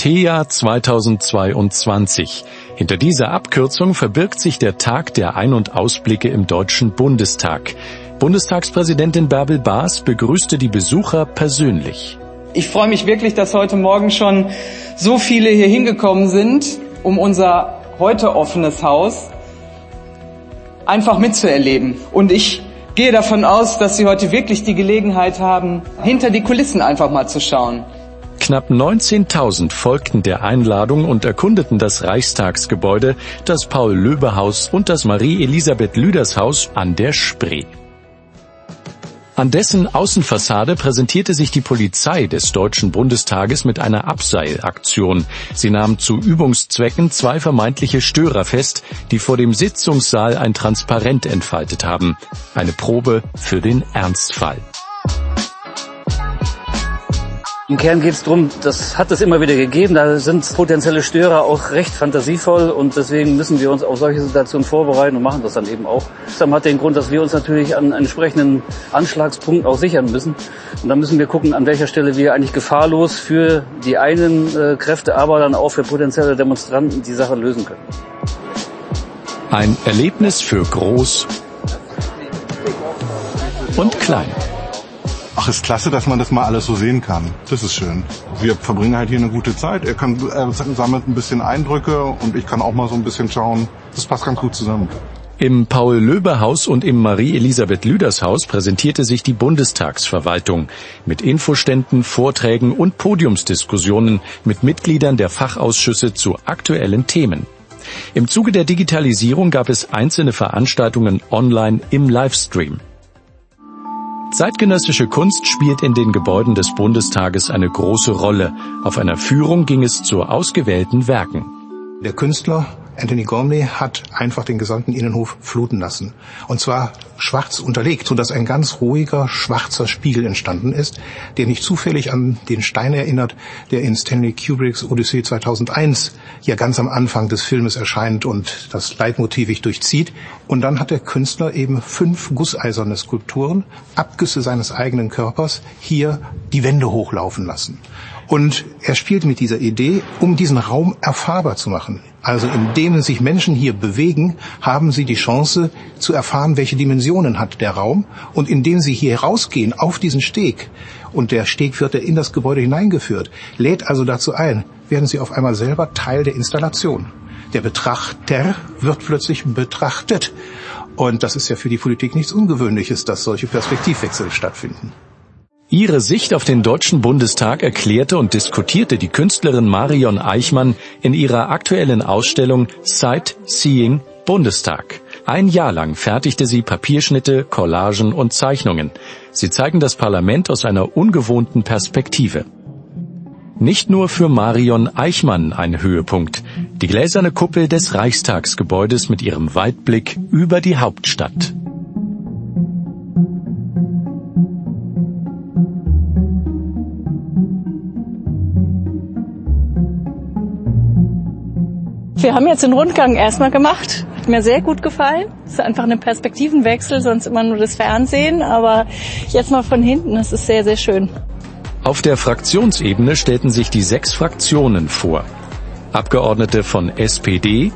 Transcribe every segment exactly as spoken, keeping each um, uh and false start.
T E A zweitausendzweiundzwanzig. Hinter dieser Abkürzung verbirgt sich der Tag der Ein- und Ausblicke im Deutschen Bundestag. Bundestagspräsidentin Bärbel Baas begrüßte die Besucher persönlich. Ich freue mich wirklich, dass heute Morgen schon so viele hier hingekommen sind, um unser heute offenes Haus einfach mitzuerleben. Und ich gehe davon aus, dass Sie heute wirklich die Gelegenheit haben, hinter die Kulissen einfach mal zu schauen. Knapp neunzehntausend folgten der Einladung und erkundeten das Reichstagsgebäude, das Paul-Löbe-Haus und das Marie-Elisabeth-Lüders-Haus an der Spree. An dessen Außenfassade präsentierte sich die Polizei des Deutschen Bundestages mit einer Abseilaktion. Sie nahm zu Übungszwecken zwei vermeintliche Störer fest, die vor dem Sitzungssaal ein Transparent entfaltet haben. Eine Probe für den Ernstfall. Im Kern geht es darum, das hat es immer wieder gegeben, da sind potenzielle Störer auch recht fantasievoll und deswegen müssen wir uns auf solche Situationen vorbereiten und machen das dann eben auch. Das hat den Grund, dass wir uns natürlich an entsprechenden Anschlagspunkten auch sichern müssen und dann müssen wir gucken, an welcher Stelle wir eigentlich gefahrlos für die einen äh, Kräfte, aber dann auch für potenzielle Demonstranten die Sache lösen können. Ein Erlebnis für Groß und Klein. Ach, ist klasse, dass man das mal alles so sehen kann. Das ist schön. Wir verbringen halt hier eine gute Zeit. Er kann, er sammelt ein bisschen Eindrücke und ich kann auch mal so ein bisschen schauen. Das passt ganz gut zusammen. Im Paul-Löbe-Haus und im Marie-Elisabeth-Lüders-Haus präsentierte sich die Bundestagsverwaltung mit Infoständen, Vorträgen und Podiumsdiskussionen mit Mitgliedern der Fachausschüsse zu aktuellen Themen. Im Zuge der Digitalisierung gab es einzelne Veranstaltungen online im Livestream. Zeitgenössische Kunst spielt in den Gebäuden des Bundestages eine große Rolle. Auf einer Führung ging es zu ausgewählten Werken. Der Künstler Antony Gormley hat einfach den gesamten Innenhof fluten lassen. Und zwar schwarz unterlegt, sodass ein ganz ruhiger, schwarzer Spiegel entstanden ist, der nicht zufällig an den Stein erinnert, der in Stanley Kubricks Odyssee zweitausendeins ja ganz am Anfang des Filmes erscheint und das leitmotivig durchzieht. Und dann hat der Künstler eben fünf gusseiserne Skulpturen, Abgüsse seines eigenen Körpers, hier die Wände hochlaufen lassen. Und er spielt mit dieser Idee, um diesen Raum erfahrbar zu machen. Also indem sich Menschen hier bewegen, haben sie die Chance zu erfahren, welche Dimensionen hat der Raum. Und indem sie hier rausgehen auf diesen Steg, und der Steg wird in das Gebäude hineingeführt, lädt also dazu ein, werden sie auf einmal selber Teil der Installation. Der Betrachter wird plötzlich betrachtet. Und das ist ja für die Politik nichts Ungewöhnliches, dass solche Perspektivwechsel stattfinden. Ihre Sicht auf den Deutschen Bundestag erklärte und diskutierte die Künstlerin Marion Eichmann in ihrer aktuellen Ausstellung Sightseeing Bundestag. Ein Jahr lang fertigte sie Papierschnitte, Collagen und Zeichnungen. Sie zeigen das Parlament aus einer ungewohnten Perspektive. Nicht nur für Marion Eichmann ein Höhepunkt. Die gläserne Kuppel des Reichstagsgebäudes mit ihrem Weitblick über die Hauptstadt. Wir haben jetzt den Rundgang erstmal gemacht. Hat mir sehr gut gefallen. Es ist einfach ein Perspektivenwechsel, sonst immer nur das Fernsehen. Aber jetzt mal von hinten, das ist sehr, sehr schön. Auf der Fraktionsebene stellten sich die sechs Fraktionen vor. Abgeordnete von S P D,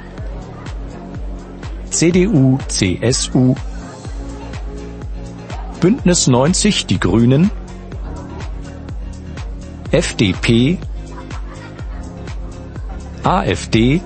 C D U, C S U, Bündnis neunzig, die Grünen, F D P, A F D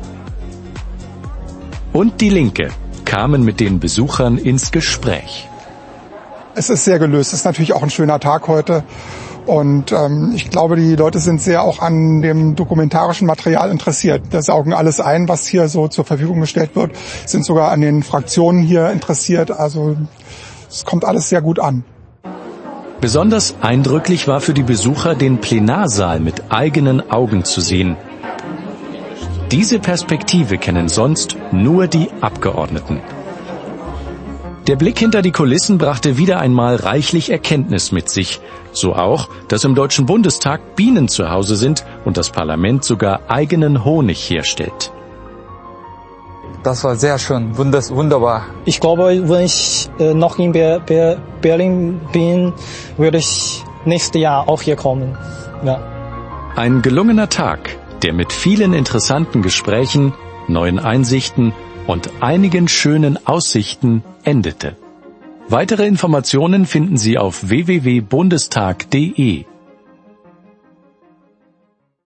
und die Linke kamen mit den Besuchern ins Gespräch. Es ist sehr gelöst. Es ist natürlich auch ein schöner Tag heute. Und ähm, ich glaube, die Leute sind sehr auch an dem dokumentarischen Material interessiert. Da saugen alles ein, was hier so zur Verfügung gestellt wird. Sind sogar an den Fraktionen hier interessiert. Also es kommt alles sehr gut an. Besonders eindrücklich war für die Besucher, den Plenarsaal mit eigenen Augen zu sehen. Diese Perspektive kennen sonst nur die Abgeordneten. Der Blick hinter die Kulissen brachte wieder einmal reichlich Erkenntnis mit sich. So auch, dass im Deutschen Bundestag Bienen zu Hause sind und das Parlament sogar eigenen Honig herstellt. Das war sehr schön, wunders, wunderbar. Ich glaube, wenn ich äh, noch in Ber- Ber- Berlin bin, würde ich nächstes Jahr auch hier kommen. Ja. Ein gelungener Tag, der mit vielen interessanten Gesprächen, neuen Einsichten und einigen schönen Aussichten endete. Weitere Informationen finden Sie auf w w w punkt bundestag punkt d e.